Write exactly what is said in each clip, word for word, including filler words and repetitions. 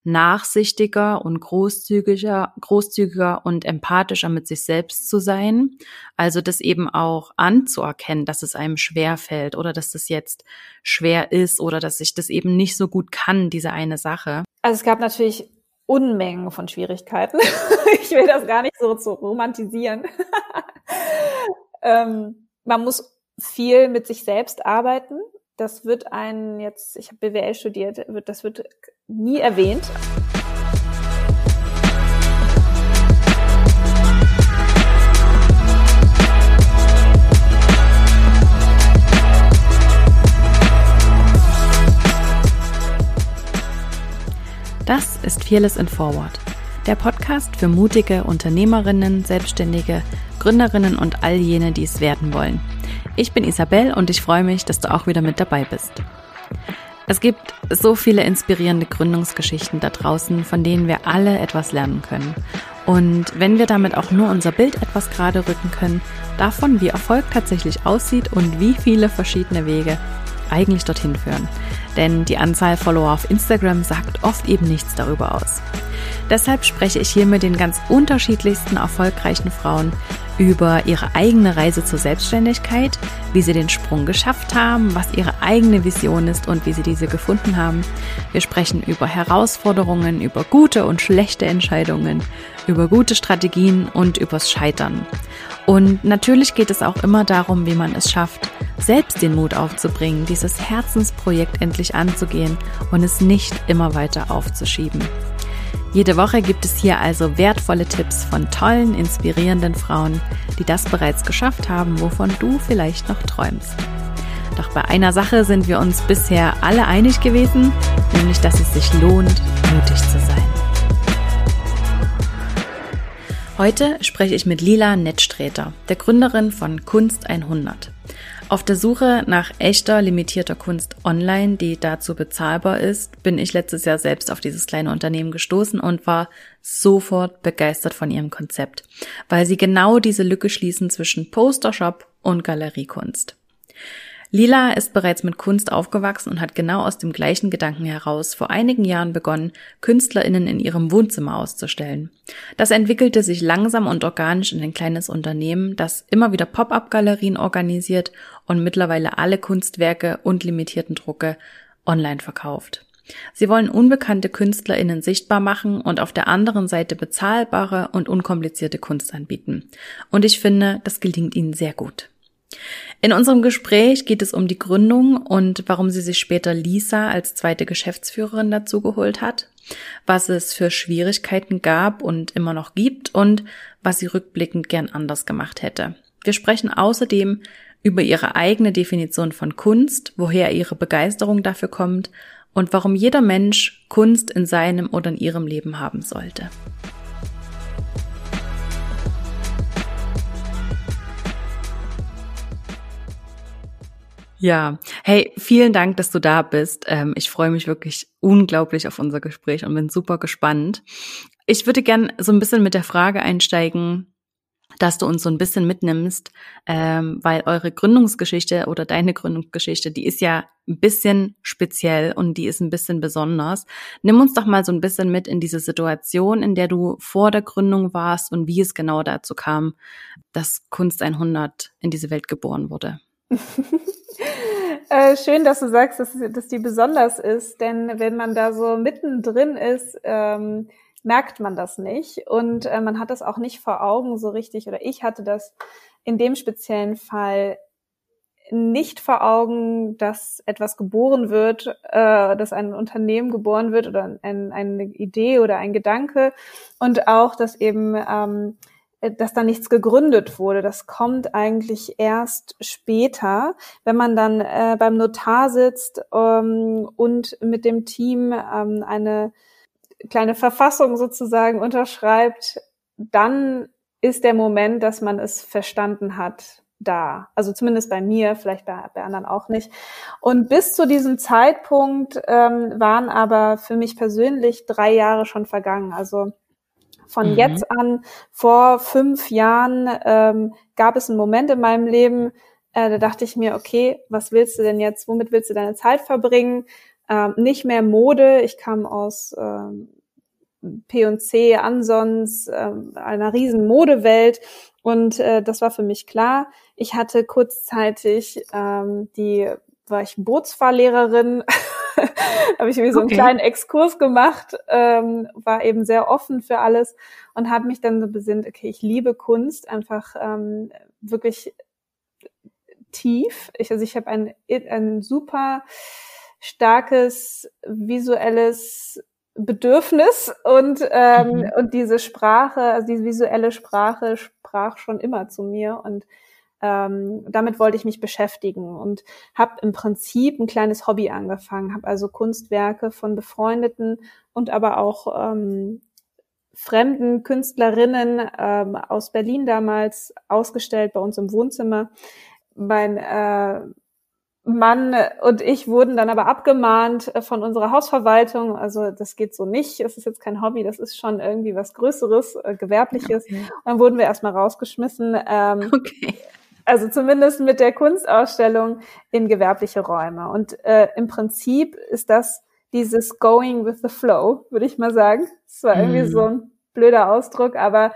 nachsichtiger und großzügiger, großzügiger und empathischer mit sich selbst zu sein. Also das eben auch anzuerkennen, dass es einem schwerfällt oder dass das jetzt schwer ist oder dass ich das eben nicht so gut kann, diese eine Sache. Also es gab natürlich Unmengen von Schwierigkeiten. Ich will das gar nicht so zu romantisieren. ähm, man muss viel mit sich selbst arbeiten. Das wird einen jetzt, ich habe B W L studiert, wird, das wird nie erwähnt. Das ist Fearless in Forward, der Podcast für mutige Unternehmerinnen, Selbstständige, Gründerinnen und all jene, die es werden wollen. Ich bin Isabel und ich freue mich, dass du auch wieder mit dabei bist. Es gibt so viele inspirierende Gründungsgeschichten da draußen, von denen wir alle etwas lernen können. Und wenn wir damit auch nur unser Bild etwas gerade rücken können, davon, wie Erfolg tatsächlich aussieht und wie viele verschiedene Wege eigentlich dorthin führen. Denn die Anzahl Follower auf Instagram sagt oft eben nichts darüber aus. Deshalb spreche ich hier mit den ganz unterschiedlichsten erfolgreichen Frauen über ihre eigene Reise zur Selbstständigkeit, wie sie den Sprung geschafft haben, was ihre eigene Vision ist und wie sie diese gefunden haben. Wir sprechen über Herausforderungen, über gute und schlechte Entscheidungen, über gute Strategien und übers Scheitern. Und natürlich geht es auch immer darum, wie man es schafft, selbst den Mut aufzubringen, dieses Herzensprojekt endlich anzugehen und es nicht immer weiter aufzuschieben. Jede Woche gibt es hier also wertvolle Tipps von tollen, inspirierenden Frauen, die das bereits geschafft haben, wovon du vielleicht noch träumst. Doch bei einer Sache sind wir uns bisher alle einig gewesen, nämlich dass es sich lohnt, mutig zu sein. Heute spreche ich mit Lila Nettsträter, der Gründerin von Kunst hundert. Auf der Suche nach echter, limitierter Kunst online, die dazu bezahlbar ist, bin ich letztes Jahr selbst auf dieses kleine Unternehmen gestoßen und war sofort begeistert von ihrem Konzept, weil sie genau diese Lücke schließen zwischen Postershop und Galeriekunst. Lila ist bereits mit Kunst aufgewachsen und hat genau aus dem gleichen Gedanken heraus vor einigen Jahren begonnen, KünstlerInnen in ihrem Wohnzimmer auszustellen. Das entwickelte sich langsam und organisch in ein kleines Unternehmen, das immer wieder Pop-up-Galerien organisiert und mittlerweile alle Kunstwerke und limitierten Drucke online verkauft. Sie wollen unbekannte KünstlerInnen sichtbar machen und auf der anderen Seite bezahlbare und unkomplizierte Kunst anbieten. Und ich finde, das gelingt ihnen sehr gut. In unserem Gespräch geht es um die Gründung und warum sie sich später Lisa als zweite Geschäftsführerin dazugeholt hat, was es für Schwierigkeiten gab und immer noch gibt und was sie rückblickend gern anders gemacht hätte. Wir sprechen außerdem über ihre eigene Definition von Kunst, woher ihre Begeisterung dafür kommt und warum jeder Mensch Kunst in seinem oder in ihrem Leben haben sollte. Ja, hey, vielen Dank, dass du da bist. Ähm, ich freue mich wirklich unglaublich auf unser Gespräch und bin super gespannt. Ich würde gern so ein bisschen mit der Frage einsteigen, dass du uns so ein bisschen mitnimmst, ähm, weil eure Gründungsgeschichte oder deine Gründungsgeschichte, die ist ja ein bisschen speziell und die ist ein bisschen besonders. Nimm uns doch mal so ein bisschen mit in diese Situation, in der du vor der Gründung warst und wie es genau dazu kam, dass Kunst hundert in diese Welt geboren wurde. Äh, schön, dass du sagst, dass, dass die besonders ist, denn wenn man da so mittendrin ist, ähm, merkt man das nicht und äh, man hat das auch nicht vor Augen so richtig, oder ich hatte das in dem speziellen Fall nicht vor Augen, dass etwas geboren wird, äh, dass ein Unternehmen geboren wird oder ein, eine Idee oder ein Gedanke und auch, dass eben ähm, dass da nichts gegründet wurde. Das kommt eigentlich erst später, wenn man dann äh, beim Notar sitzt ähm, und mit dem Team ähm, eine kleine Verfassung sozusagen unterschreibt, dann ist der Moment, dass man es verstanden hat, da. Also zumindest bei mir, vielleicht bei, bei anderen auch nicht. Und bis zu diesem Zeitpunkt ähm, waren aber für mich persönlich drei Jahre schon vergangen. Also Von mhm. jetzt an, vor fünf Jahren, ähm, gab es einen Moment in meinem Leben, äh, da dachte ich mir, okay, was willst du denn jetzt, womit willst du deine Zeit verbringen? Ähm, nicht mehr Mode, ich kam aus ähm, P und C, Ansons, äh, einer riesen Modewelt. Und äh, das war für mich klar. Ich hatte kurzzeitig ähm, die, war ich Bootsfahrlehrerin, habe ich mir so einen Okay. kleinen Exkurs gemacht, ähm, war eben sehr offen für alles und habe mich dann so besinnt, okay, ich liebe Kunst einfach ähm, wirklich tief. Ich, also ich habe ein, ein super starkes visuelles Bedürfnis und ähm, Mhm. und diese Sprache, also diese visuelle Sprache sprach schon immer zu mir und ähm, damit wollte ich mich beschäftigen und habe im Prinzip ein kleines Hobby angefangen, habe also Kunstwerke von befreundeten und aber auch ähm, fremden Künstlerinnen ähm, aus Berlin damals ausgestellt bei uns im Wohnzimmer. Mein äh, Mann und ich wurden dann aber abgemahnt von unserer Hausverwaltung. Also das geht so nicht. Es ist jetzt kein Hobby, das ist schon irgendwie was Größeres, äh, Gewerbliches. Okay. Und dann wurden wir erstmal rausgeschmissen. Ähm, Okay. also zumindest mit der Kunstausstellung in gewerbliche Räume. Und äh, im Prinzip ist das dieses Going with the Flow, würde ich mal sagen. Das war irgendwie Mhm. so ein blöder Ausdruck, aber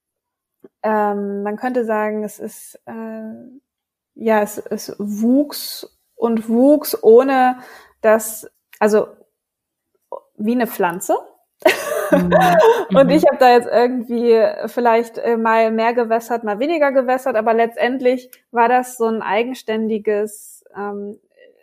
ähm, man könnte sagen, es ist äh, ja, es, es wuchs und wuchs ohne dass, also wie eine Pflanze. Mhm. Und ich Mhm. habe da jetzt irgendwie vielleicht äh, mal mehr gewässert, mal weniger gewässert, aber letztendlich war das so ein eigenständiges ähm,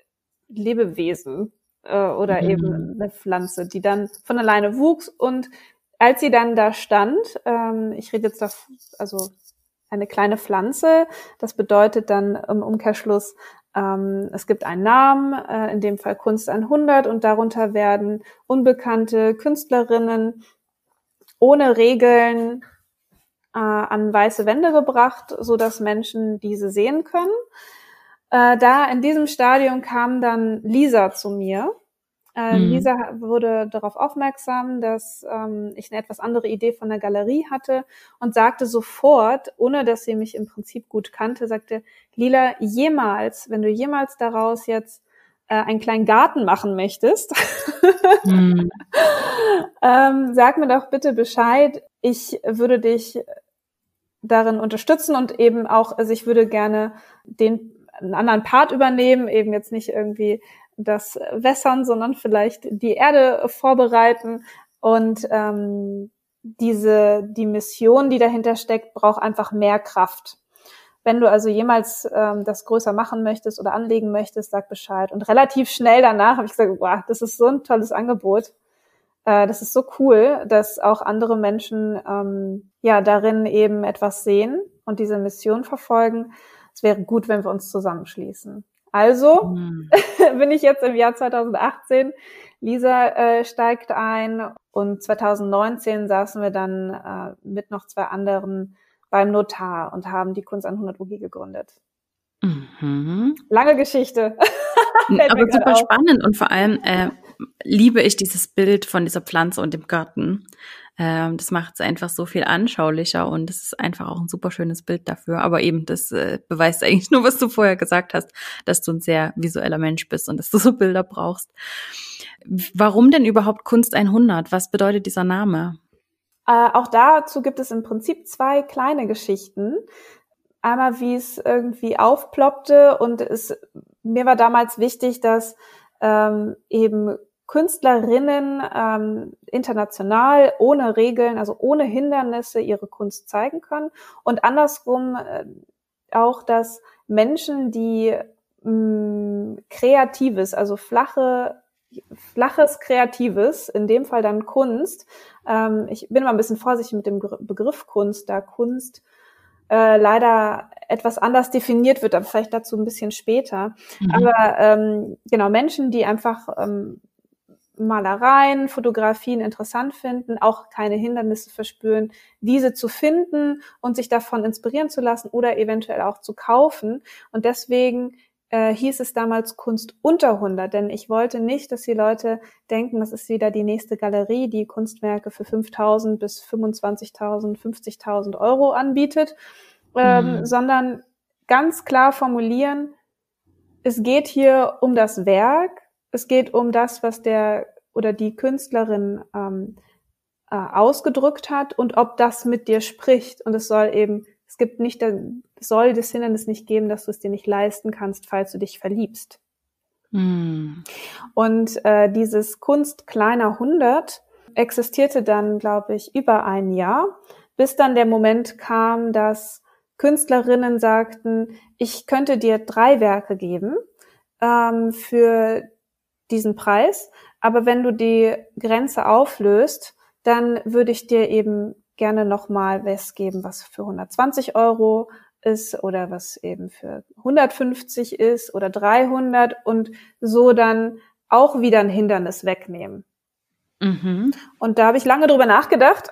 Lebewesen äh, oder Mhm. eben eine Pflanze, die dann von alleine wuchs. Und als sie dann da stand, ähm, ich rede jetzt da, also eine kleine Pflanze, das bedeutet dann im Umkehrschluss, ähm, es gibt einen Namen, äh, in dem Fall Kunst hundert, und darunter werden unbekannte Künstlerinnen ohne Regeln äh, an weiße Wände gebracht, so dass Menschen diese sehen können. Äh, da in diesem Stadium kam dann Lisa zu mir. Äh, Mhm. Lisa wurde darauf aufmerksam, dass ähm, ich eine etwas andere Idee von der Galerie hatte und sagte sofort, ohne dass sie mich im Prinzip gut kannte, sagte, Lila, jemals, wenn du jemals daraus jetzt äh, einen kleinen Garten machen möchtest, Mhm. ähm, sag mir doch bitte Bescheid. Ich würde dich darin unterstützen und eben auch, also ich würde gerne den einen anderen Part übernehmen, eben jetzt nicht irgendwie das Wässern, sondern vielleicht die Erde vorbereiten. Und ähm, diese die Mission, die dahinter steckt, braucht einfach mehr Kraft. Wenn du also jemals ähm, das größer machen möchtest oder anlegen möchtest, sag Bescheid. Und relativ schnell danach habe ich gesagt, wow, das ist so ein tolles Angebot. Äh, das ist so cool, dass auch andere Menschen ähm, ja darin eben etwas sehen und diese Mission verfolgen. Es wäre gut, wenn wir uns zusammenschließen. Also Mhm. bin ich jetzt im Jahr zweitausendachtzehn. Lisa äh, steigt ein und zweitausendneunzehn saßen wir dann äh, mit noch zwei anderen beim Notar und haben die Kunst hundert U G gegründet. Mhm. Lange Geschichte. Fällt Aber mir gerade super auf. spannend und vor allem äh, liebe ich dieses Bild von dieser Pflanze und dem Garten. Ähm, das macht es einfach so viel anschaulicher und es ist einfach auch ein super schönes Bild dafür. Aber eben, das äh, beweist eigentlich nur, was du vorher gesagt hast, dass du ein sehr visueller Mensch bist und dass du so Bilder brauchst. Warum denn überhaupt Kunst hundert? Was bedeutet dieser Name? Äh, auch dazu gibt es im Prinzip zwei kleine Geschichten. Einmal, wie es irgendwie aufploppte, und es, mir war damals wichtig, dass ähm, eben Künstlerinnen ähm, international ohne Regeln, also ohne Hindernisse ihre Kunst zeigen können, und andersrum äh, auch, dass Menschen, die mh, Kreatives, also flache flaches Kreatives, in dem Fall dann Kunst. Ähm, ich bin immer ein bisschen vorsichtig mit dem Begriff Kunst, da Kunst äh, leider etwas anders definiert wird, aber vielleicht dazu ein bisschen später. Mhm. Aber ähm, genau, Menschen, die einfach ähm, Malereien, Fotografien interessant finden, auch keine Hindernisse verspüren, diese zu finden und sich davon inspirieren zu lassen oder eventuell auch zu kaufen. Und deswegen äh, hieß es damals Kunst unter hundert, denn ich wollte nicht, dass die Leute denken, das ist wieder die nächste Galerie, die Kunstwerke für fünftausend bis fünfundzwanzigtausend, fünfzigtausend Euro anbietet, ähm, Mhm. sondern ganz klar formulieren, es geht hier um das Werk, es geht um das, was der oder die Künstlerin ähm, äh, ausgedrückt hat und ob das mit dir spricht. Und es soll eben, es gibt nicht, es soll das Hindernis nicht geben, dass du es dir nicht leisten kannst, falls du dich verliebst. Mm. Und äh, dieses Kunst kleiner hundert existierte dann, glaube ich, über ein Jahr, bis dann der Moment kam, dass Künstlerinnen sagten, ich könnte dir drei Werke geben ähm, für diesen Preis, aber wenn du die Grenze auflöst, dann würde ich dir eben gerne nochmal was geben, was für hundertzwanzig Euro ist oder was eben für hundertfünfzig ist oder dreihundert und so dann auch wieder ein Hindernis wegnehmen. Mhm. Und da habe ich lange drüber nachgedacht,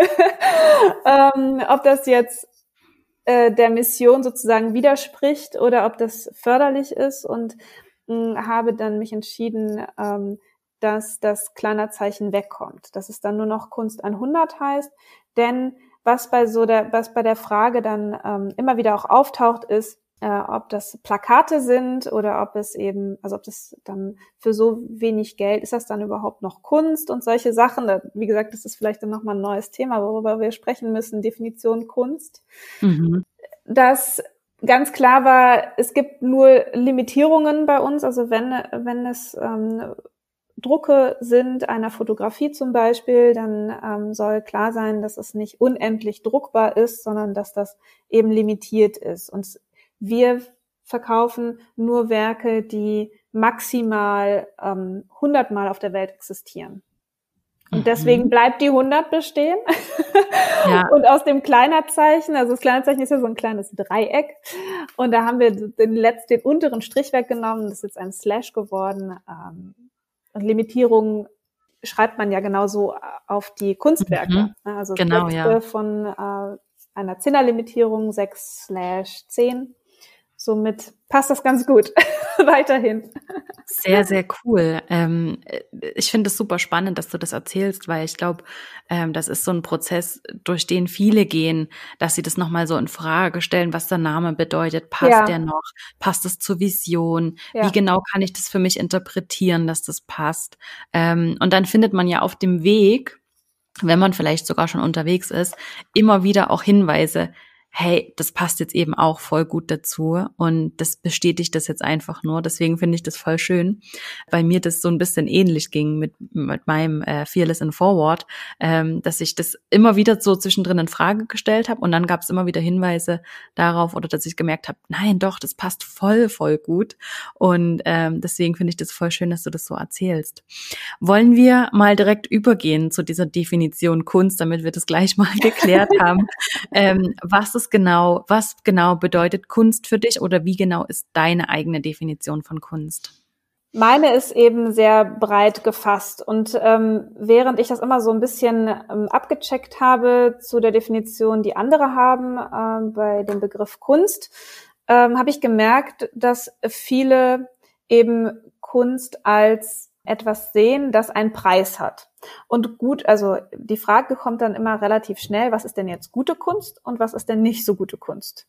ähm, ob das jetzt äh, der Mission sozusagen widerspricht oder ob das förderlich ist und mh, habe dann mich entschieden, ähm, dass das Kleinerzeichen wegkommt, dass es dann nur noch Kunst hundert heißt, denn was bei so der, was bei der Frage dann ähm, immer wieder auch auftaucht, ist, äh, ob das Plakate sind oder ob es eben, also ob das dann für so wenig Geld, ist das dann überhaupt noch Kunst und solche Sachen. Da, wie gesagt, das ist vielleicht dann nochmal ein neues Thema, worüber wir sprechen müssen, Definition Kunst. Mhm. Das ganz klar war, es gibt nur Limitierungen bei uns, also wenn, wenn es ähm, Drucke sind, einer Fotografie zum Beispiel, dann ähm, soll klar sein, dass es nicht unendlich druckbar ist, sondern dass das eben limitiert ist. Und wir verkaufen nur Werke, die maximal ähm, hundert Mal auf der Welt existieren. Und deswegen bleibt die hundert bestehen. Ja. Und aus dem Kleinerzeichen, also das Kleinerzeichen ist ja so ein kleines Dreieck. Und da haben wir den letzten, den unteren Strich weggenommen. Das ist jetzt ein Slash geworden. Und Limitierung schreibt man ja genauso auf die Kunstwerke. Mhm. Also das genau, letzte ja. von äh, einer Zehner-Limitierung, sechs slash zehn. Somit passt das ganz gut weiterhin. Sehr, sehr cool. Ähm, ich finde es super spannend, dass du das erzählst, weil ich glaube, ähm, das ist so ein Prozess, durch den viele gehen, dass sie das nochmal so in Frage stellen, was der Name bedeutet. Passt ja. der noch? Passt es zur Vision? Ja. Wie genau kann ich das für mich interpretieren, dass das passt? Ähm, und dann findet man ja auf dem Weg, wenn man vielleicht sogar schon unterwegs ist, immer wieder auch Hinweise, hey, das passt jetzt eben auch voll gut dazu und das bestätigt das jetzt einfach nur. Deswegen finde ich das voll schön, weil mir das so ein bisschen ähnlich ging mit, mit meinem äh, Fearless in Forward, ähm, dass ich das immer wieder so zwischendrin in Frage gestellt habe und dann gab es immer wieder Hinweise darauf oder dass ich gemerkt habe, nein, doch, das passt voll, voll gut und ähm, deswegen finde ich das voll schön, dass du das so erzählst. Wollen wir mal direkt übergehen zu dieser Definition Kunst, damit wir das gleich mal geklärt haben. ähm, was ist genau, was genau bedeutet Kunst für dich oder wie genau ist deine eigene Definition von Kunst? Meine ist eben sehr breit gefasst und ähm, während ich das immer so ein bisschen ähm, abgecheckt habe zu der Definition, die andere haben ähm, bei dem Begriff Kunst, ähm, habe ich gemerkt, dass viele eben Kunst als etwas sehen, das einen Preis hat. Und gut, also die Frage kommt dann immer relativ schnell, was ist denn jetzt gute Kunst und was ist denn nicht so gute Kunst?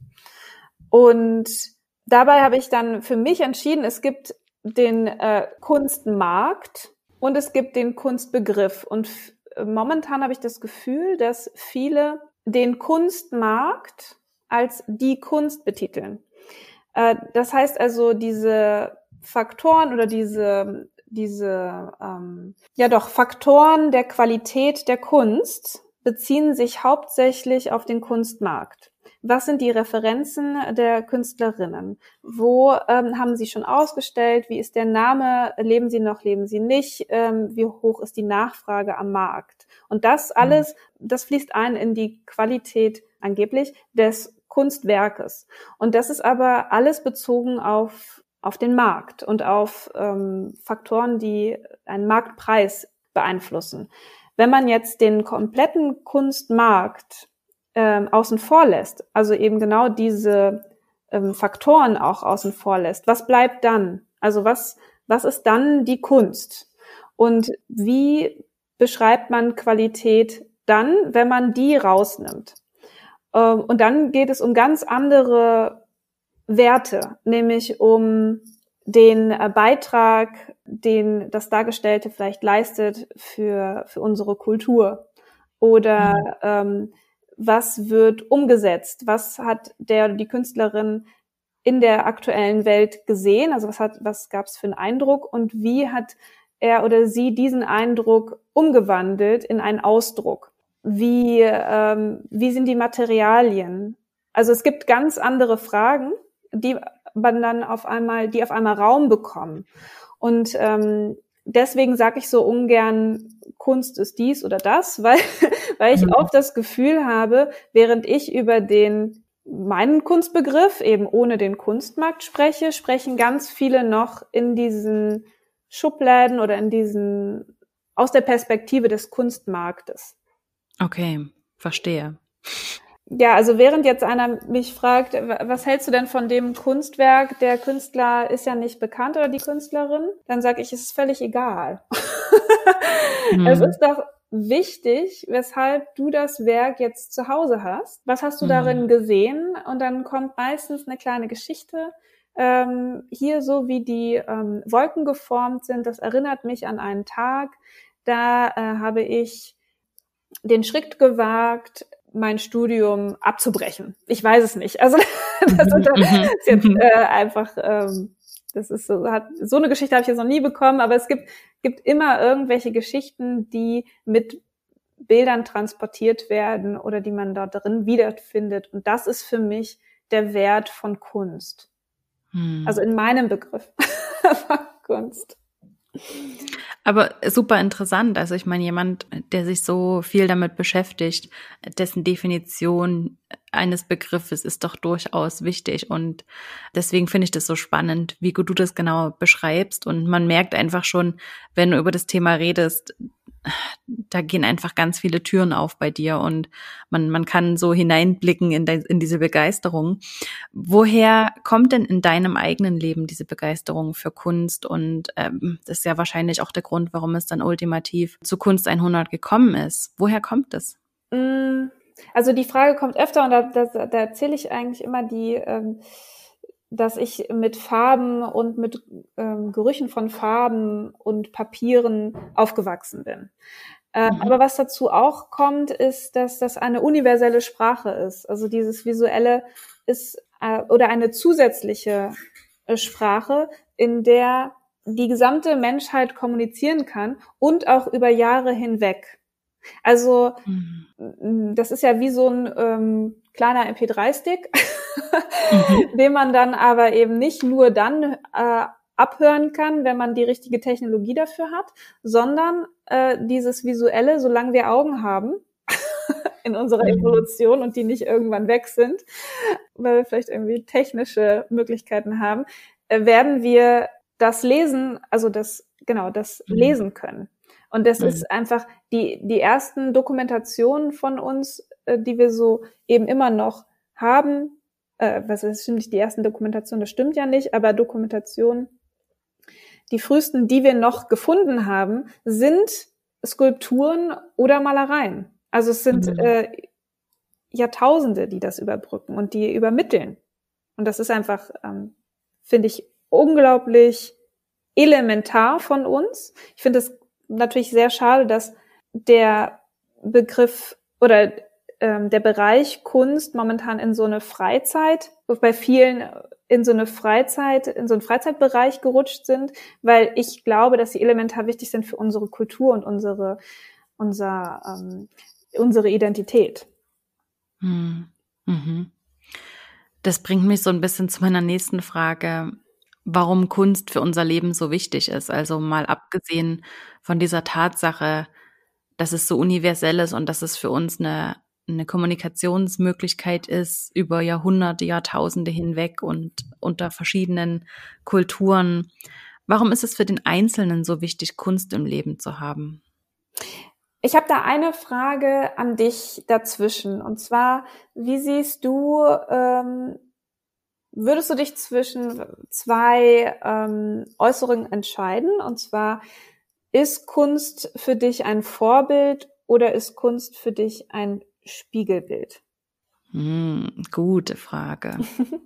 Und dabei habe ich dann für mich entschieden, es gibt den äh, Kunstmarkt und es gibt den Kunstbegriff. Und f- momentan habe ich das Gefühl, dass viele den Kunstmarkt als die Kunst betiteln. Äh, das heißt also, diese Faktoren oder diese diese ähm, ja doch Faktoren der Qualität der Kunst beziehen sich hauptsächlich auf den Kunstmarkt. Was sind die Referenzen der Künstlerinnen? Wo ähm, haben sie schon ausgestellt? Wie ist der Name? Leben sie noch, leben sie nicht? Ähm, wie hoch ist die Nachfrage am Markt? Und das alles, das fließt ein in die Qualität angeblich des Kunstwerkes. Und das ist aber alles bezogen auf auf den Markt und auf ähm, Faktoren, die einen Marktpreis beeinflussen. Wenn man jetzt den kompletten Kunstmarkt ähm, außen vor lässt, also eben genau diese ähm, Faktoren auch außen vor lässt, was bleibt dann? Also was, was ist dann die Kunst? Und wie beschreibt man Qualität dann, wenn man die rausnimmt? Ähm, und dann geht es um ganz andere Werte, nämlich um den äh, Beitrag, den das Dargestellte vielleicht leistet für für unsere Kultur. Oder mhm. ähm, was wird umgesetzt? Was hat der oder die Künstlerin in der aktuellen Welt gesehen? Also was hat, was gab es für einen Eindruck und wie hat er oder sie diesen Eindruck umgewandelt in einen Ausdruck? Wie, ähm, wie sind die Materialien? Also es gibt ganz andere Fragen, die man dann auf einmal, die auf einmal Raum bekommen. Und ähm, deswegen sage ich so ungern, Kunst ist dies oder das, weil, weil ich oft das Gefühl habe, während ich über den meinen Kunstbegriff eben ohne den Kunstmarkt spreche, sprechen ganz viele noch in diesen Schubladen oder in diesen, aus der Perspektive des Kunstmarktes. Okay, verstehe. Ja, also während jetzt einer mich fragt, was hältst du denn von dem Kunstwerk? Der Künstler ist ja nicht bekannt oder die Künstlerin. Dann sage ich, es ist völlig egal. Mhm. Es ist doch wichtig, weshalb du das Werk jetzt zu Hause hast. Was hast du mhm. darin gesehen? Und dann kommt meistens eine kleine Geschichte. Ähm, hier so wie die ähm, Wolken geformt sind, das erinnert mich an einen Tag. Da äh, habe ich den Schritt gewagt, mein Studium abzubrechen. Ich weiß es nicht. Also das ist jetzt äh, einfach, ähm, das ist so, hat so eine Geschichte habe ich jetzt noch nie bekommen, aber es gibt gibt immer irgendwelche Geschichten, die mit Bildern transportiert werden oder die man da drin wiederfindet. Und das ist für mich der Wert von Kunst. Hm. Also in meinem Begriff von Kunst. Aber super interessant. Also ich meine, jemand, der sich so viel damit beschäftigt, dessen Definition eines Begriffes ist doch durchaus wichtig. Und deswegen finde ich das so spannend, wie gut du das genau beschreibst. Und man merkt einfach schon, wenn du über das Thema redest, da gehen einfach ganz viele Türen auf bei dir und man man kann so hineinblicken in, de, in diese Begeisterung. Woher kommt denn in deinem eigenen Leben diese Begeisterung für Kunst? Und ähm, das ist ja wahrscheinlich auch der Grund, warum es dann ultimativ zu Kunst hundert gekommen ist. Woher kommt es? Also die Frage kommt öfter und da, da, da erzähle ich eigentlich immer die, ähm, dass ich mit Farben und mit ähm, Gerüchen von Farben und Papieren aufgewachsen bin. Äh, mhm. Aber was dazu auch kommt, ist, dass das eine universelle Sprache ist. Also dieses Visuelle ist äh, oder eine zusätzliche äh, Sprache, in der die gesamte Menschheit kommunizieren kann und auch über Jahre hinweg. Also mhm. das ist ja wie so ein ähm, kleiner M P drei Stick, mhm. den man dann aber eben nicht nur dann äh, abhören kann, wenn man die richtige Technologie dafür hat, sondern äh, dieses Visuelle, solange wir Augen haben in unserer mhm. Evolution und die nicht irgendwann weg sind, weil wir vielleicht irgendwie technische Möglichkeiten haben, äh, werden wir das lesen, also das genau das mhm. lesen können. Und das mhm. ist einfach die die ersten Dokumentationen von uns, äh, die wir so eben immer noch haben. Äh, was das stimmt nicht, die ersten Dokumentationen, das stimmt ja nicht, aber Dokumentationen, die frühesten, die wir noch gefunden haben, sind Skulpturen oder Malereien. Also es sind mhm. äh, Jahrtausende, die das überbrücken und die übermitteln. Und das ist einfach, ähm, finde ich, unglaublich elementar von uns. Ich finde es natürlich sehr schade, dass der Begriff oder ähm, der Bereich Kunst momentan in so eine Freizeit, bei vielen in so eine Freizeit, in so einen Freizeitbereich gerutscht sind, weil ich glaube, dass sie elementar wichtig sind für unsere Kultur und unsere, unser, ähm, unsere Identität. Hm. Mhm. Das bringt mich so ein bisschen zu meiner nächsten Frage, warum Kunst für unser Leben so wichtig ist. Also mal abgesehen von dieser Tatsache, dass es so universell ist und dass es für uns eine, eine Kommunikationsmöglichkeit ist über Jahrhunderte, Jahrtausende hinweg und unter verschiedenen Kulturen. Warum ist es für den Einzelnen so wichtig, Kunst im Leben zu haben? Ich habe da eine Frage an dich dazwischen. Und zwar, wie siehst du, ähm, würdest du dich zwischen zwei ähm, Äußerungen entscheiden? Und zwar, ist Kunst für dich ein Vorbild oder ist Kunst für dich ein Spiegelbild? Hm, gute Frage.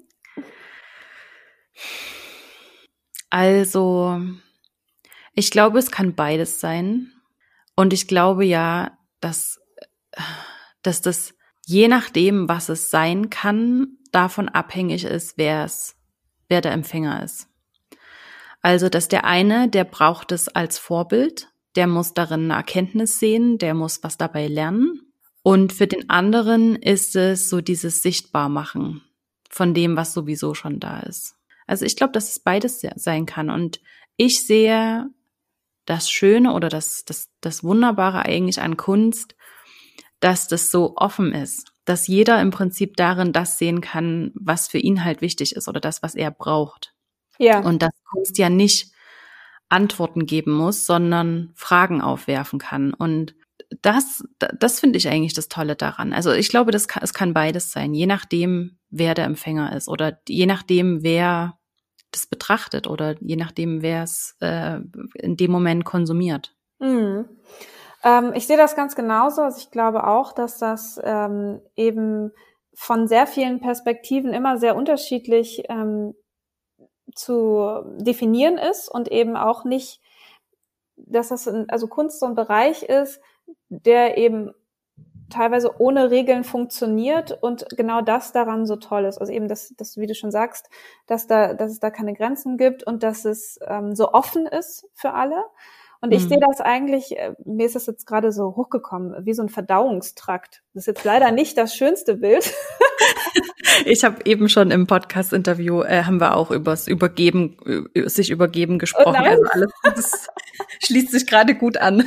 Also, ich glaube, es kann beides sein. Und ich glaube ja, dass dass das je nachdem, was es sein kann, davon abhängig ist, wer es, wer der Empfänger ist. Also, dass der eine, der braucht es als Vorbild, der muss darin eine Erkenntnis sehen, der muss was dabei lernen. Und für den anderen ist es so dieses Sichtbarmachen von dem, was sowieso schon da ist. Also ich glaube, dass es beides sein kann. Und ich sehe das Schöne oder das, das, das Wunderbare eigentlich an Kunst, dass das so offen ist, dass jeder im Prinzip darin das sehen kann, was für ihn halt wichtig ist oder das, was er braucht. Ja. Und dass Kunst ja nicht Antworten geben muss, sondern Fragen aufwerfen kann. Und das, das finde ich eigentlich das Tolle daran. Also ich glaube, das kann, es kann beides sein, je nachdem, wer der Empfänger ist oder je nachdem, wer das betrachtet oder je nachdem, wer es äh, in dem Moment konsumiert. Mhm. Ähm, ich sehe das ganz genauso. Also ich glaube auch, dass das ähm, eben von sehr vielen Perspektiven immer sehr unterschiedlich ähm, zu definieren ist und eben auch nicht, dass das ein, also Kunst so ein Bereich ist, der eben teilweise ohne Regeln funktioniert und genau das daran so toll ist. Also eben, dass, dass wie du schon sagst, dass da, dass es da keine Grenzen gibt und dass es ähm, so offen ist für alle. Und ich mhm. sehe das eigentlich, mir ist das jetzt gerade so hochgekommen, wie so ein Verdauungstrakt. Das ist jetzt leider nicht das schönste Bild. Ich habe eben schon im Podcast-Interview, äh, haben wir auch übers Übergeben, äh, sich übergeben gesprochen. Oh also alles, das schließt sich gerade gut an.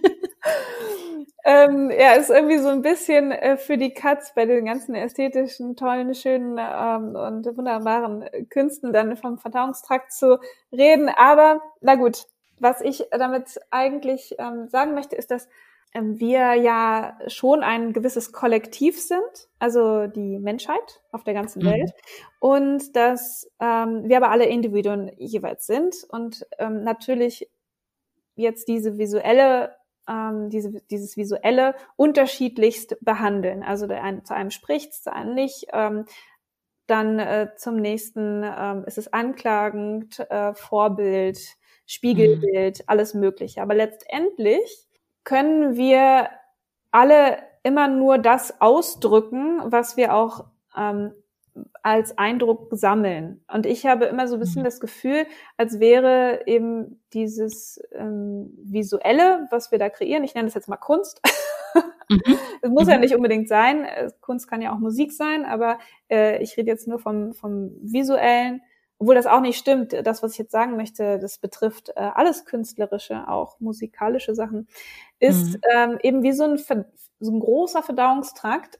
Ähm, ja, ist irgendwie so ein bisschen äh, für die Katz bei den ganzen ästhetischen, tollen, schönen ähm, und wunderbaren Künsten dann vom Verdauungstrakt zu reden. Aber na gut, was ich damit eigentlich ähm, sagen möchte, ist, dass ähm, wir ja schon ein gewisses Kollektiv sind, also die Menschheit auf der ganzen mhm. Welt, und dass ähm, wir aber alle Individuen jeweils sind und ähm, natürlich jetzt diese visuelle Diese, dieses visuelle unterschiedlichst behandeln. Also der eine, zu einem spricht, zu einem nicht. Ähm, dann äh, zum nächsten ähm, ist es anklagend, äh, Vorbild, Spiegelbild, mhm. alles Mögliche. Aber letztendlich können wir alle immer nur das ausdrücken, was wir auch ähm, als Eindruck sammeln. Und ich habe immer so ein bisschen das Gefühl, als wäre eben dieses ähm, Visuelle, was wir da kreieren, ich nenne das jetzt mal Kunst. Mhm. Es muss mhm. ja nicht unbedingt sein, Kunst kann ja auch Musik sein, aber äh, ich rede jetzt nur vom, vom Visuellen, obwohl das auch nicht stimmt. Das, was ich jetzt sagen möchte, das betrifft äh, alles Künstlerische, auch musikalische Sachen, ist mhm. ähm, eben wie so ein, so ein großer Verdauungstrakt,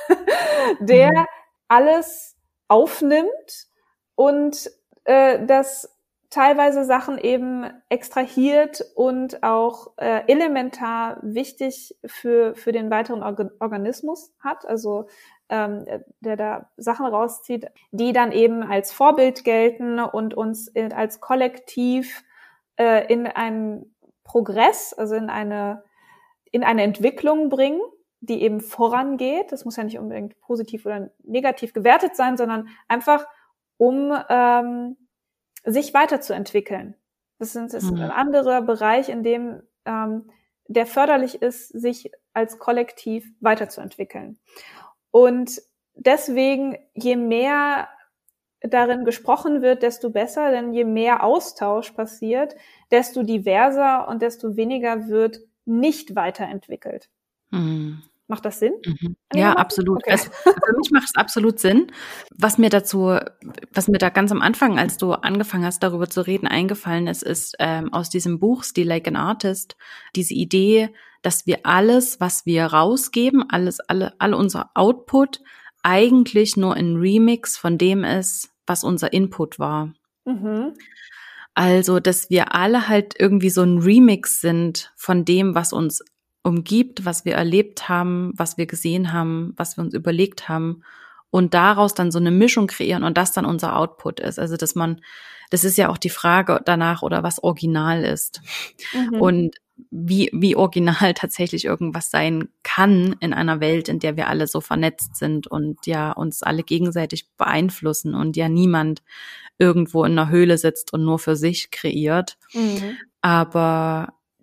der mhm. alles aufnimmt und äh, das teilweise Sachen eben extrahiert und auch äh, elementar wichtig für für den weiteren Organ- Organismus hat, also ähm, der da Sachen rauszieht, die dann eben als Vorbild gelten und uns in, als Kollektiv äh, in einen Progress, also in eine in eine Entwicklung bringen, die eben vorangeht. Das muss ja nicht unbedingt positiv oder negativ gewertet sein, sondern einfach, um ähm, sich weiterzuentwickeln. Das ist, das ist mhm. ein anderer Bereich, in dem ähm, der förderlich ist, sich als Kollektiv weiterzuentwickeln. Und deswegen, je mehr darin gesprochen wird, desto besser, denn je mehr Austausch passiert, desto diverser und desto weniger wird nicht weiterentwickelt. Mhm. Macht das Sinn? Mhm. Ja, absolut. Okay. Es, für mich macht es absolut Sinn. Was mir dazu, was mir da ganz am Anfang, als du angefangen hast, darüber zu reden, eingefallen ist, ist ähm, aus diesem Buch Still Like an Artist diese Idee, dass wir alles, was wir rausgeben, alles, alle, alle unser Output eigentlich nur ein Remix von dem ist, was unser Input war. Mhm. Also, dass wir alle halt irgendwie so ein Remix sind von dem, was uns umgibt, was wir erlebt haben, was wir gesehen haben, was wir uns überlegt haben und daraus dann so eine Mischung kreieren und das dann unser Output ist. Also, dass man, das ist ja auch die Frage danach, oder was original ist. Mhm. Und wie, wie original tatsächlich irgendwas sein kann in einer Welt, in der wir alle so vernetzt sind und ja uns alle gegenseitig beeinflussen und ja niemand irgendwo in einer Höhle sitzt und nur für sich kreiert. Mhm. Aber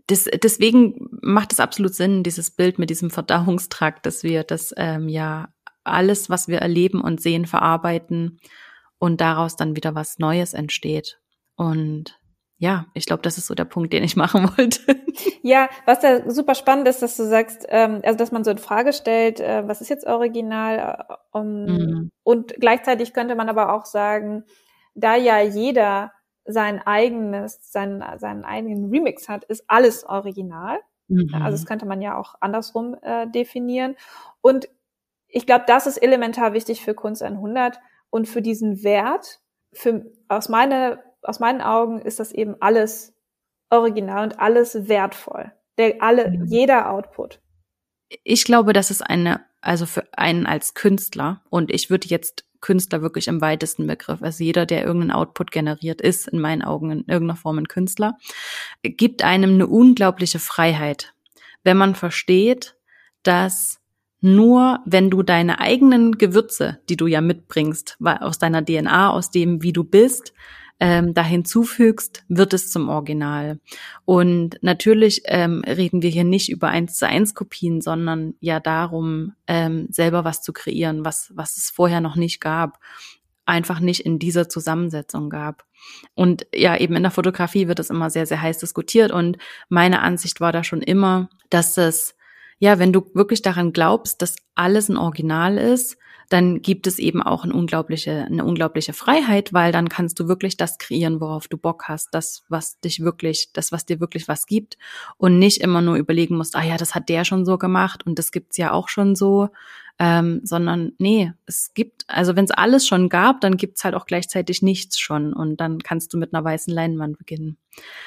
das, deswegen macht es absolut Sinn, dieses Bild mit diesem Verdauungstrakt, dass wir das ähm, ja alles, was wir erleben und sehen, verarbeiten und daraus dann wieder was Neues entsteht. Und ja, ich glaube, das ist so der Punkt, den ich machen wollte. Ja, was da super spannend ist, dass du sagst, ähm, also dass man so in Frage stellt, äh, was ist jetzt original? Äh, um, mhm. Und gleichzeitig könnte man aber auch sagen, da ja jeder sein eigenes, seinen, seinen eigenen Remix hat, ist alles original. Mhm. Also das könnte man ja auch andersrum äh, definieren. Und ich glaube, das ist elementar wichtig für Kunst hundert und für diesen Wert. Für, aus, meine, aus meinen Augen ist das eben alles original und alles wertvoll. Der, alle, mhm. jeder Output. Ich glaube, das ist eine, also für einen als Künstler, und ich würde jetzt Künstler wirklich im weitesten Begriff, also jeder, der irgendeinen Output generiert, ist in meinen Augen in irgendeiner Form ein Künstler, gibt einem eine unglaubliche Freiheit, wenn man versteht, dass nur wenn du deine eigenen Gewürze, die du ja mitbringst, aus deiner D N A, aus dem, wie du bist, ähm, da hinzufügst, wird es zum Original. Und natürlich ähm, reden wir hier nicht über eins zu eins Kopien, sondern ja darum, ähm, selber was zu kreieren, was, was es vorher noch nicht gab, einfach nicht in dieser Zusammensetzung gab. Und ja, eben in der Fotografie wird das immer sehr, sehr heiß diskutiert. Und meine Ansicht war da schon immer, dass es, ja, wenn du wirklich daran glaubst, dass alles ein Original ist, dann gibt es eben auch eine unglaubliche, eine unglaubliche Freiheit, weil dann kannst du wirklich das kreieren, worauf du Bock hast, das, was dich wirklich, das, was dir wirklich was gibt, und nicht immer nur überlegen musst, ah ja, das hat der schon so gemacht und das gibt's ja auch schon so, ähm, sondern nee, es gibt, also wenn es alles schon gab, dann gibt's halt auch gleichzeitig nichts schon, und dann kannst du mit einer weißen Leinwand beginnen.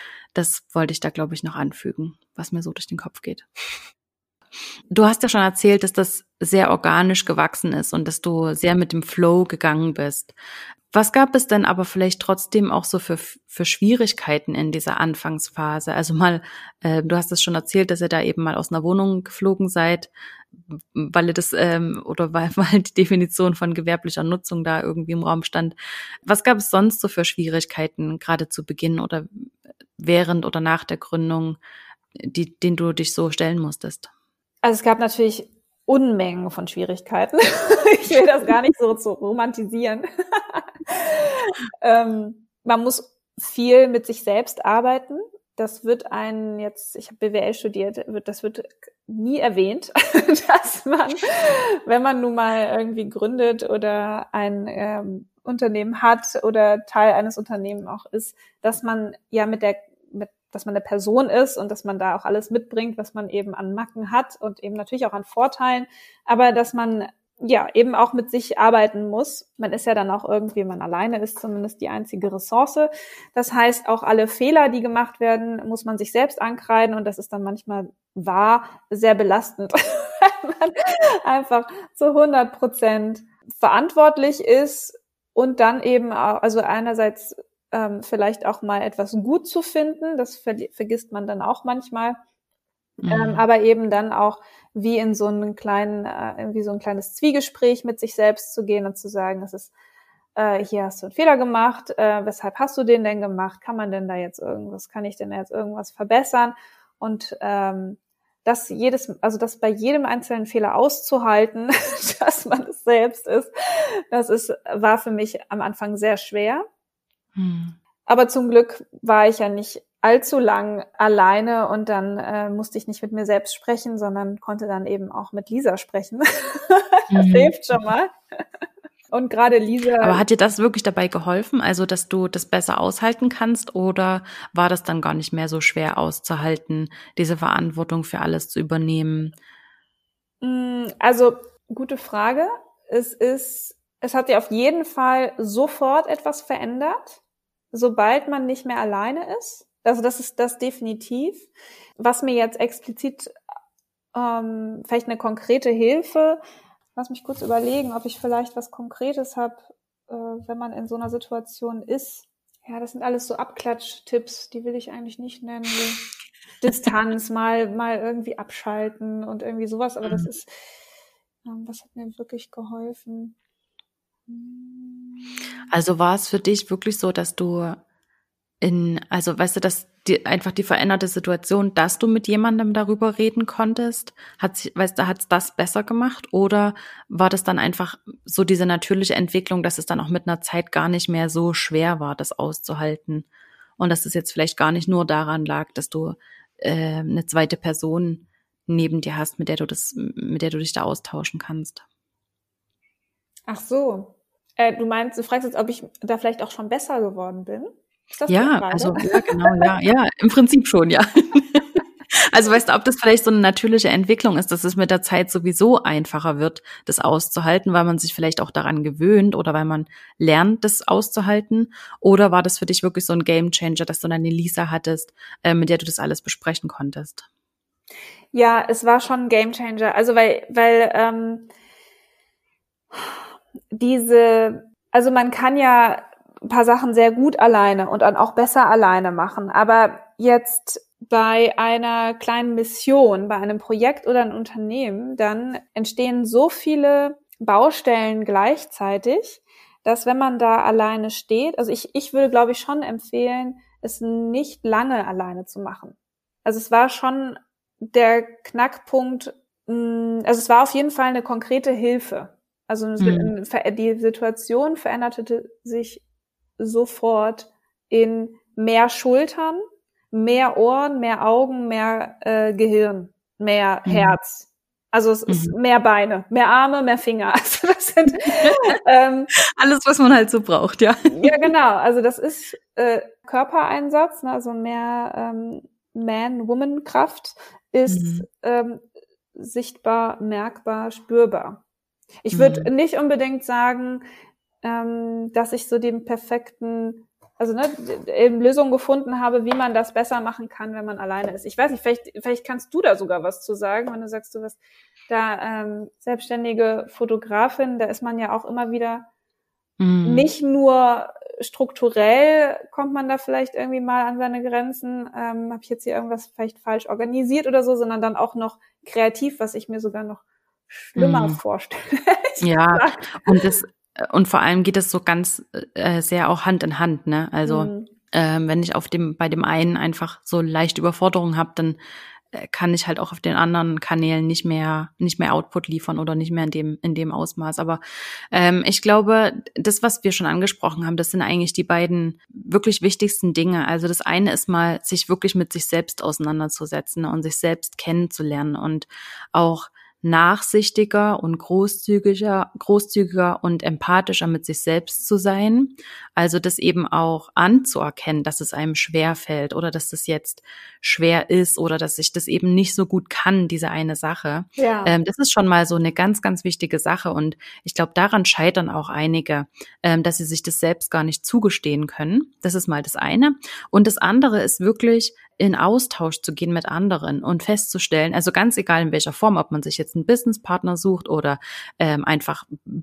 Das wollte ich da, glaube ich, noch anfügen, was mir so durch den Kopf geht. Du hast ja schon erzählt, dass das sehr organisch gewachsen ist und dass du sehr mit dem Flow gegangen bist. Was gab es denn aber vielleicht trotzdem auch so für für Schwierigkeiten in dieser Anfangsphase? Also mal, äh, du hast es schon erzählt, dass ihr da eben mal aus einer Wohnung geflogen seid, weil ihr das ähm, oder weil, weil die Definition von gewerblicher Nutzung da irgendwie im Raum stand. Was gab es sonst so für Schwierigkeiten, gerade zu Beginn oder während oder nach der Gründung, die, denen du dich so stellen musstest? Also es gab natürlich Unmengen von Schwierigkeiten. Ich will das gar nicht so zu romantisieren. ähm, man muss viel mit sich selbst arbeiten. Das wird einen jetzt, ich habe B W L studiert, wird, das wird nie erwähnt, dass man, wenn man nun mal irgendwie gründet oder ein ähm, Unternehmen hat oder Teil eines Unternehmens auch ist, dass man ja mit der mit dass man eine Person ist und dass man da auch alles mitbringt, was man eben an Macken hat und eben natürlich auch an Vorteilen, aber dass man ja eben auch mit sich arbeiten muss. Man ist ja dann auch irgendwie, wenn man alleine ist, zumindest die einzige Ressource. Das heißt, auch alle Fehler, die gemacht werden, muss man sich selbst ankreiden, und das ist dann manchmal wahr sehr belastend, wenn man einfach zu hundert Prozent verantwortlich ist und dann eben auch, also einerseits Ähm, vielleicht auch mal etwas gut zu finden, das ver- vergisst man dann auch manchmal, mhm. ähm, aber eben dann auch wie in so einen kleinen, äh, irgendwie so ein kleines Zwiegespräch mit sich selbst zu gehen und zu sagen, das ist, äh, hier hast du einen Fehler gemacht, äh, weshalb hast du den denn gemacht, kann man denn da jetzt irgendwas, kann ich denn jetzt irgendwas verbessern, und ähm, das jedes, also das bei jedem einzelnen Fehler auszuhalten, dass man es selbst ist, das ist, war für mich am Anfang sehr schwer. Hm. Aber zum Glück war ich ja nicht allzu lang alleine, und dann äh, musste ich nicht mit mir selbst sprechen, sondern konnte dann eben auch mit Lisa sprechen. Das mhm. hilft schon mal. Und gerade Lisa. Aber hat dir das wirklich dabei geholfen, also dass du das besser aushalten kannst, oder war das dann gar nicht mehr so schwer auszuhalten, diese Verantwortung für alles zu übernehmen? Also, gute Frage. Es ist Es hat ja auf jeden Fall sofort etwas verändert, sobald man nicht mehr alleine ist. Also das ist das definitiv. Was mir jetzt explizit ähm, vielleicht eine konkrete Hilfe, lass mich kurz überlegen, ob ich vielleicht was Konkretes habe, äh, wenn man in so einer Situation ist. Ja, das sind alles so Abklatsch-Tipps, die will ich eigentlich nicht nennen. So Distanz, mal mal irgendwie abschalten und irgendwie sowas. Aber das ist, ähm, was hat mir wirklich geholfen? Also war es für dich wirklich so, dass du in, also weißt du, dass die, einfach die veränderte Situation, dass du mit jemandem darüber reden konntest? Hat sich, weißt du, hat's das besser gemacht? Oder war das dann einfach so diese natürliche Entwicklung, dass es dann auch mit einer Zeit gar nicht mehr so schwer war, das auszuhalten? Und dass es jetzt vielleicht gar nicht nur daran lag, dass du äh, eine zweite Person neben dir hast, mit der du das, mit der du dich da austauschen kannst. Ach so. Äh, du meinst, du fragst jetzt, ob ich da vielleicht auch schon besser geworden bin? Ist das Ja, also ja, genau, ja, ja, im Prinzip schon, ja. Also weißt du, ob das vielleicht so eine natürliche Entwicklung ist, dass es mit der Zeit sowieso einfacher wird, das auszuhalten, weil man sich vielleicht auch daran gewöhnt oder weil man lernt, das auszuhalten? Oder war das für dich wirklich so ein Gamechanger, dass du dann eine Lisa hattest, äh, mit der du das alles besprechen konntest? Ja, es war schon ein Gamechanger. Also weil, weil ähm, diese, also man kann ja ein paar Sachen sehr gut alleine und dann auch besser alleine machen, aber jetzt bei einer kleinen Mission, bei einem Projekt oder einem Unternehmen, dann entstehen so viele Baustellen gleichzeitig, dass wenn man da alleine steht, also ich, ich würde, glaube ich, schon empfehlen, es nicht lange alleine zu machen. Also es war schon der Knackpunkt, also es war auf jeden Fall eine konkrete Hilfe. Also mhm. die Situation veränderte sich sofort in mehr Schultern, mehr Ohren, mehr Augen, mehr äh, Gehirn, mehr mhm. Herz. Also es mhm. ist mehr Beine, mehr Arme, mehr Finger. Also das sind ähm, alles, was man halt so braucht, ja. Ja, genau. Also das ist äh, Körpereinsatz, ne? Also mehr ähm, Man-Woman-Kraft ist mhm. ähm, sichtbar, merkbar, spürbar. Ich würde mhm. nicht unbedingt sagen, ähm, dass ich so den perfekten, also ne, eben Lösungen gefunden habe, wie man das besser machen kann, wenn man alleine ist. Ich weiß nicht, vielleicht, vielleicht kannst du da sogar was zu sagen, wenn du sagst, du bist da ähm, selbstständige Fotografin, da ist man ja auch immer wieder mhm. nicht nur strukturell kommt man da vielleicht irgendwie mal an seine Grenzen, ähm, habe ich jetzt hier irgendwas vielleicht falsch organisiert oder so, sondern dann auch noch kreativ, was ich mir sogar noch schlimmer mhm. vorstelle. Ja, und das und vor allem geht es so ganz äh, sehr auch Hand in Hand, ne? Also mhm. ähm, wenn ich auf dem bei dem einen einfach so leichte Überforderung habe, dann äh, kann ich halt auch auf den anderen Kanälen nicht mehr nicht mehr Output liefern oder nicht mehr in dem in dem Ausmaß. Aber ähm, ich glaube, das, was wir schon angesprochen haben, das sind eigentlich die beiden wirklich wichtigsten Dinge. Also das eine ist mal, sich wirklich mit sich selbst auseinanderzusetzen und sich selbst kennenzulernen und auch nachsichtiger und großzügiger, großzügiger und empathischer mit sich selbst zu sein. Also das eben auch anzuerkennen, dass es einem schwer fällt oder dass das jetzt schwer ist oder dass ich das eben nicht so gut kann, diese eine Sache. Ja. Ähm, das ist schon mal so eine ganz, ganz wichtige Sache und ich glaube, daran scheitern auch einige, ähm, dass sie sich das selbst gar nicht zugestehen können. Das ist mal das eine. Und das andere ist wirklich, in Austausch zu gehen mit anderen und festzustellen, also ganz egal in welcher Form, ob man sich jetzt einen Businesspartner sucht oder ähm, einfach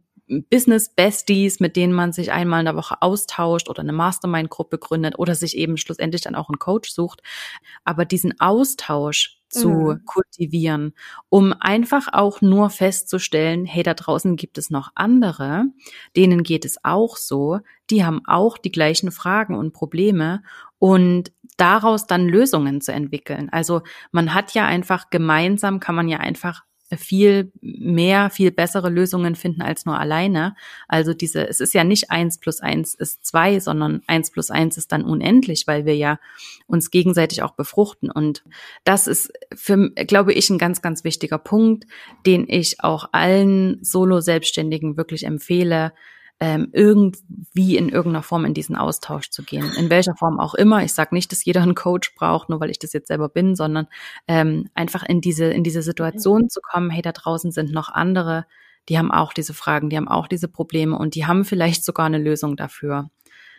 Business-Besties, mit denen man sich einmal in der Woche austauscht oder eine Mastermind-Gruppe gründet oder sich eben schlussendlich dann auch einen Coach sucht. Aber diesen Austausch zu mhm. kultivieren, um einfach auch nur festzustellen, hey, da draußen gibt es noch andere, denen geht es auch so, die haben auch die gleichen Fragen und Probleme und daraus dann Lösungen zu entwickeln. Also man hat ja einfach gemeinsam, kann man ja einfach viel mehr, viel bessere Lösungen finden als nur alleine. Also diese, es ist ja nicht eins plus eins ist zwei, sondern eins plus eins ist dann unendlich, weil wir ja uns gegenseitig auch befruchten. Und das ist für, glaube ich, ein ganz, ganz wichtiger Punkt, den ich auch allen Solo-Selbstständigen wirklich empfehle, ähm, irgendwie in irgendeiner Form in diesen Austausch zu gehen. In welcher Form auch immer. Ich sage nicht, dass jeder einen Coach braucht, nur weil ich das jetzt selber bin, sondern ähm, einfach in diese in diese Situation zu kommen, hey, da draußen sind noch andere, die haben auch diese Fragen, die haben auch diese Probleme und die haben vielleicht sogar eine Lösung dafür.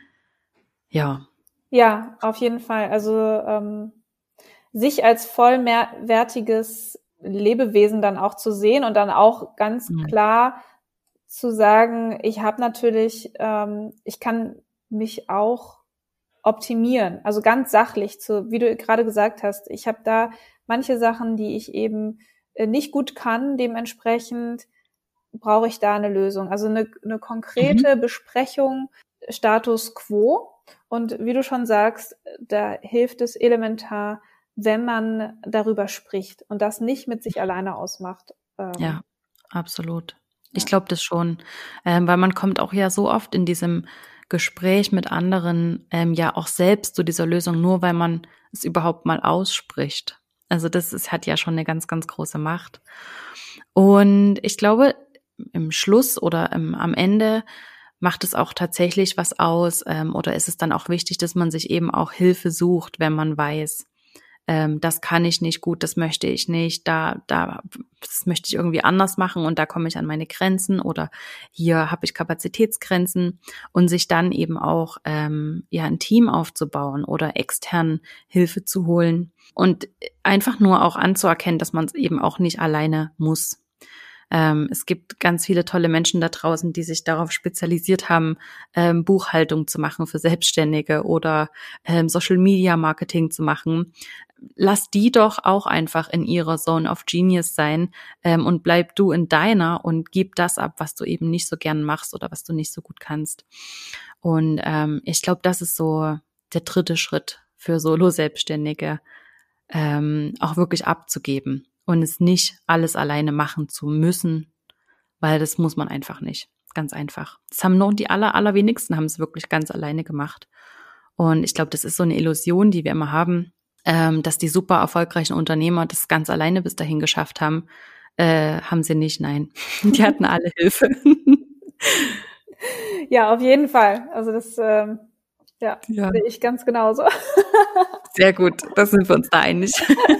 Ja. Ja, auf jeden Fall. Also ähm, sich als vollwertiges Lebewesen dann auch zu sehen und dann auch ganz mhm. klar zu sagen, ich habe natürlich, ähm, ich kann mich auch optimieren, also ganz sachlich, zu, wie du gerade gesagt hast, ich habe da manche Sachen, die ich eben äh, nicht gut kann, dementsprechend brauche ich da eine Lösung, also eine, eine konkrete mhm. Besprechung, Status quo Und wie du schon sagst, da hilft es elementar, wenn man darüber spricht und das nicht mit sich alleine ausmacht. Ähm, Ja, absolut. Ich Ja. glaube das schon, ähm, weil man kommt auch ja so oft in diesem Gespräch mit anderen ähm, ja auch selbst zu dieser Lösung, nur weil man es überhaupt mal ausspricht. Also das ist, hat ja schon eine ganz, ganz große Macht. Und ich glaube, im Schluss oder im, am Ende macht es auch tatsächlich was aus, ähm, oder ist es dann auch wichtig, dass man sich eben auch Hilfe sucht, wenn man weiß, ähm, das kann ich nicht gut, das möchte ich nicht, da, da, das möchte ich irgendwie anders machen und da komme ich an meine Grenzen oder hier habe ich Kapazitätsgrenzen und sich dann eben auch ähm, ja ein Team aufzubauen oder extern Hilfe zu holen und einfach nur auch anzuerkennen, dass man es eben auch nicht alleine muss. Ähm, es gibt ganz viele tolle Menschen da draußen, die sich darauf spezialisiert haben, ähm, Buchhaltung zu machen für Selbstständige oder ähm, Social Media Marketing zu machen. Lass die doch auch einfach in ihrer Zone of Genius sein ähm, und bleib du in deiner und gib das ab, was du eben nicht so gern machst oder was du nicht so gut kannst. Und ähm, ich glaube, das ist so der dritte Schritt für Solo-Selbstständige, ähm, auch wirklich abzugeben und es nicht alles alleine machen zu müssen, weil das muss man einfach nicht. Ganz einfach. Das haben nur die aller, allerwenigsten haben es wirklich ganz alleine gemacht. Und ich glaube, das ist so eine Illusion, die wir immer haben, ähm, dass die super erfolgreichen Unternehmer das ganz alleine bis dahin geschafft haben. Äh, haben sie nicht, nein. Die hatten alle Hilfe. Ja, auf jeden Fall. Also das ähm, ja, Ja. sehe ich ganz genauso. Sehr gut, da sind wir uns da einig.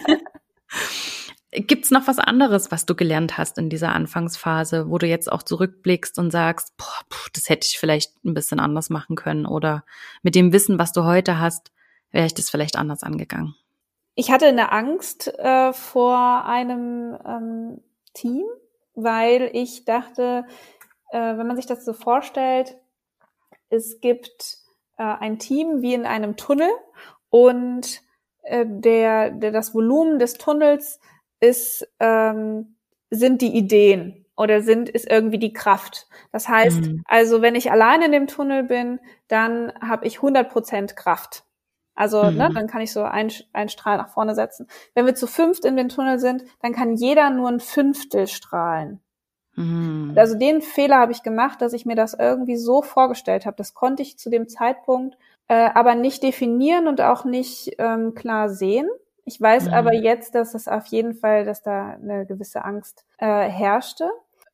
Gibt's noch was anderes, was du gelernt hast in dieser Anfangsphase, wo du jetzt auch zurückblickst und sagst, boah, puh, das hätte ich vielleicht ein bisschen anders machen können oder mit dem Wissen, was du heute hast, wäre ich das vielleicht anders angegangen? Ich hatte eine Angst äh, vor einem ähm, Team, weil ich dachte, äh, wenn man sich das so vorstellt, es gibt äh, ein Team wie in einem Tunnel und äh, der, der das Volumen des Tunnels ist ähm, sind die Ideen oder sind ist irgendwie die Kraft. Das heißt, Mhm. also wenn ich alleine in dem Tunnel bin, dann habe ich hundert Prozent Kraft. Also Mhm. ne, dann kann ich so einen, einen Strahl nach vorne setzen. Wenn wir zu fünft in den Tunnel sind, dann kann jeder nur ein Fünftel strahlen. Mhm. Also den Fehler habe ich gemacht, dass ich mir das irgendwie so vorgestellt habe. Das konnte ich zu dem Zeitpunkt äh, aber nicht definieren und auch nicht ähm, klar sehen. Ich weiß Mhm. aber jetzt, dass es auf jeden Fall, dass da eine gewisse Angst äh, herrschte,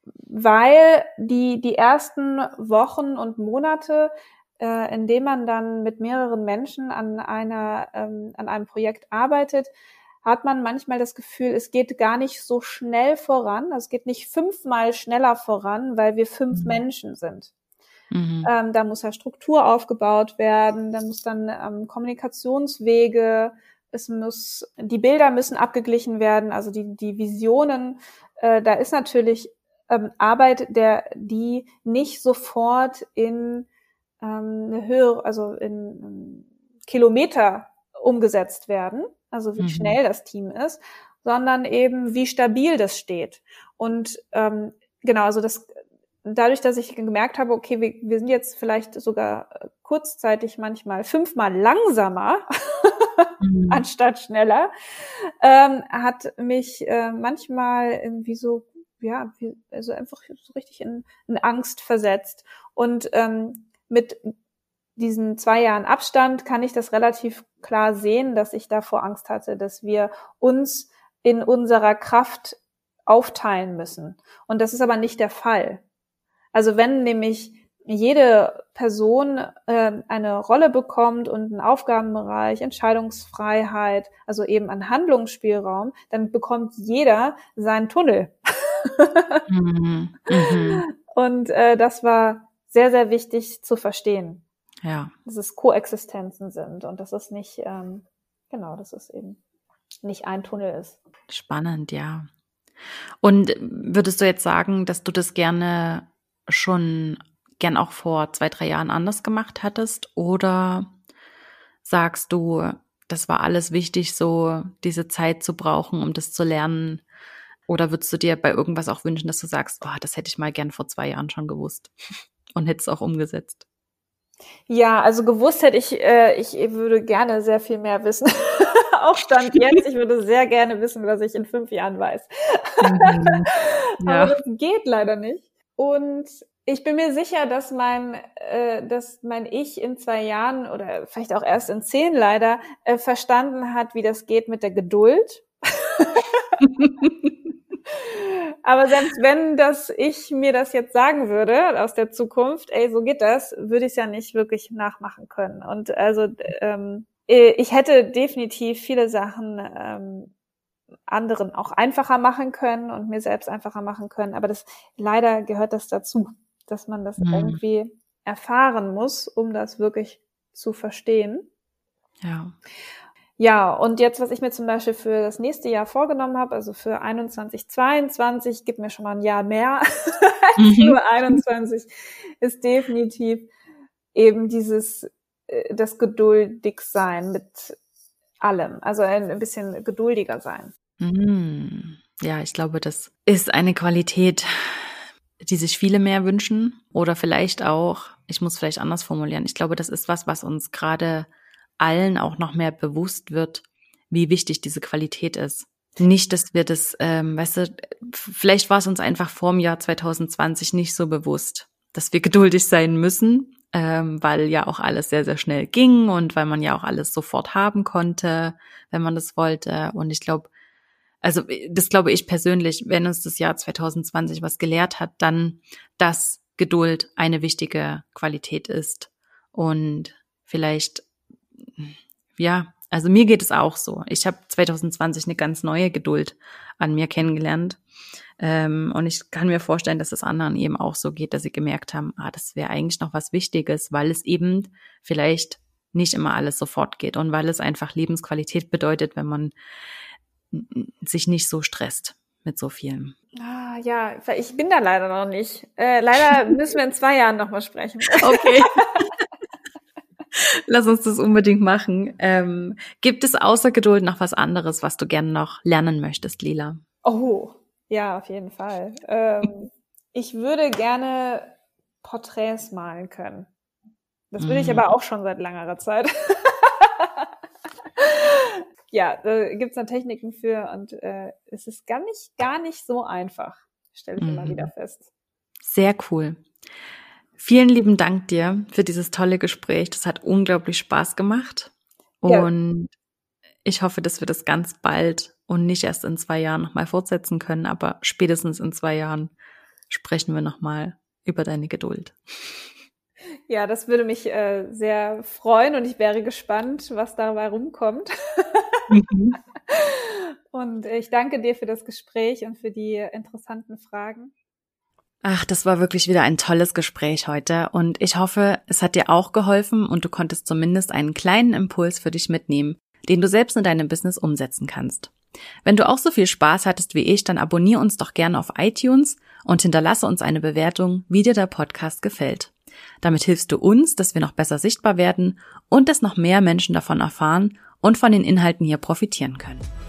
weil die die ersten Wochen und Monate, äh, in denen man dann mit mehreren Menschen an einer ähm, an einem Projekt arbeitet, hat man manchmal das Gefühl, es geht gar nicht so schnell voran. Es geht nicht fünfmal schneller voran, weil wir fünf Mhm. Menschen sind. Mhm. Ähm, da muss ja Struktur aufgebaut werden, da muss dann ähm, Kommunikationswege, es muss, die Bilder müssen abgeglichen werden, also die, die Visionen, äh, da ist natürlich ähm, Arbeit, der, die nicht sofort in ähm, eine höhere, also in ähm, Kilometer umgesetzt werden, also wie Mhm. schnell das Team ist, sondern eben wie stabil das steht. Und ähm, genau, also das dadurch, dass ich gemerkt habe, okay, wir, wir sind jetzt vielleicht sogar kurzzeitig manchmal fünfmal langsamer Mhm. anstatt schneller, ähm, hat mich äh, manchmal irgendwie so, ja, wie, also einfach so richtig in, in Angst versetzt. Und ähm, mit diesen zwei Jahren Abstand kann ich das relativ klar sehen, dass ich davor Angst hatte, dass wir uns in unserer Kraft aufteilen müssen. Und das ist aber nicht der Fall. Also wenn nämlich jede Person äh, eine Rolle bekommt und einen Aufgabenbereich, Entscheidungsfreiheit, also eben einen Handlungsspielraum, dann bekommt jeder seinen Tunnel. Mhm. Mhm. Und äh, das war sehr, sehr wichtig zu verstehen, Ja. dass es Koexistenzen sind und dass es nicht, ähm, genau, dass es eben nicht ein Tunnel ist. Spannend, ja. Und würdest du jetzt sagen, dass du das gerne schon gern auch vor zwei, drei Jahren anders gemacht hattest? Oder sagst du, das war alles wichtig, so diese Zeit zu brauchen, um das zu lernen? Oder würdest du dir bei irgendwas auch wünschen, dass du sagst, oh, das hätte ich mal gern vor zwei Jahren schon gewusst und hätte es auch umgesetzt? Ja, also gewusst hätte ich, äh, ich würde gerne sehr viel mehr wissen. Auch Stand jetzt, ich würde sehr gerne wissen, was ich in fünf Jahren weiß. Mhm. Ja. Aber das geht leider nicht. Und ich bin mir sicher, dass mein, äh, dass mein Ich in zwei Jahren oder vielleicht auch erst in zehn leider äh, verstanden hat, wie das geht mit der Geduld. Aber selbst wenn das ich mir das jetzt sagen würde aus der Zukunft, ey, so geht das, würde ich es ja nicht wirklich nachmachen können. Und also ähm, ich hätte definitiv viele Sachen ähm, anderen auch einfacher machen können und mir selbst einfacher machen können. Aber das leider gehört das dazu, dass man das mhm. irgendwie erfahren muss, um das wirklich zu verstehen. Ja. Ja, und jetzt, was ich mir zum Beispiel für das nächste Jahr vorgenommen habe, also für einundzwanzig, zweiundzwanzig, gibt mir schon mal ein Jahr mehr als mhm. nur einundzwanzig, ist definitiv eben dieses, das Geduldigsein mit allem, also ein bisschen geduldiger sein. Mhm. Ja, ich glaube, das ist eine Qualität, die sich viele mehr wünschen oder vielleicht auch, ich muss vielleicht anders formulieren, ich glaube, das ist was, was uns gerade allen auch noch mehr bewusst wird, wie wichtig diese Qualität ist. Nicht, dass wir das, ähm, weißt du, vielleicht war es uns einfach vor dem Jahr zwanzig zwanzig nicht so bewusst, dass wir geduldig sein müssen, ähm, weil ja auch alles sehr, sehr schnell ging und weil man ja auch alles sofort haben konnte, wenn man das wollte. Und ich glaube, also das glaube ich persönlich, wenn uns das Jahr zwanzig zwanzig was gelehrt hat, dann, dass Geduld eine wichtige Qualität ist. Und vielleicht ja, also mir geht es auch so. Ich habe zwanzig zwanzig eine ganz neue Geduld an mir kennengelernt. Ähm, und ich kann mir vorstellen, dass es anderen eben auch so geht, dass sie gemerkt haben, ah, das wäre eigentlich noch was Wichtiges, weil es eben vielleicht nicht immer alles sofort geht und weil es einfach Lebensqualität bedeutet, wenn man sich nicht so stresst mit so vielem. Ah, ja, ich bin da leider noch nicht. Äh, leider müssen wir in zwei Jahren nochmal sprechen. Okay. Lass uns das unbedingt machen. Ähm, gibt es außer Geduld noch was anderes, was du gerne noch lernen möchtest, Lila? Oh, ja, auf jeden Fall. Ähm, ich würde gerne Porträts malen können. Das will mm. ich aber auch schon seit langer Zeit. Ja, da gibt's dann Techniken für und äh, es ist gar nicht, gar nicht so einfach, stelle ich mm. immer wieder fest. Sehr cool. Vielen lieben Dank dir für dieses tolle Gespräch. Das hat unglaublich Spaß gemacht. Und ja. Ich hoffe, dass wir das ganz bald und nicht erst in zwei Jahren nochmal fortsetzen können, aber spätestens in zwei Jahren sprechen wir nochmal über deine Geduld. Ja, das würde mich äh, sehr freuen und ich wäre gespannt, was dabei rumkommt. Mhm. Und ich danke dir für das Gespräch und für die interessanten Fragen. Ach, das war wirklich wieder ein tolles Gespräch heute und ich hoffe, es hat dir auch geholfen und du konntest zumindest einen kleinen Impuls für dich mitnehmen, den du selbst in deinem Business umsetzen kannst. Wenn du auch so viel Spaß hattest wie ich, dann abonniere uns doch gerne auf iTunes und hinterlasse uns eine Bewertung, wie dir der Podcast gefällt. Damit hilfst du uns, dass wir noch besser sichtbar werden und dass noch mehr Menschen davon erfahren und von den Inhalten hier profitieren können.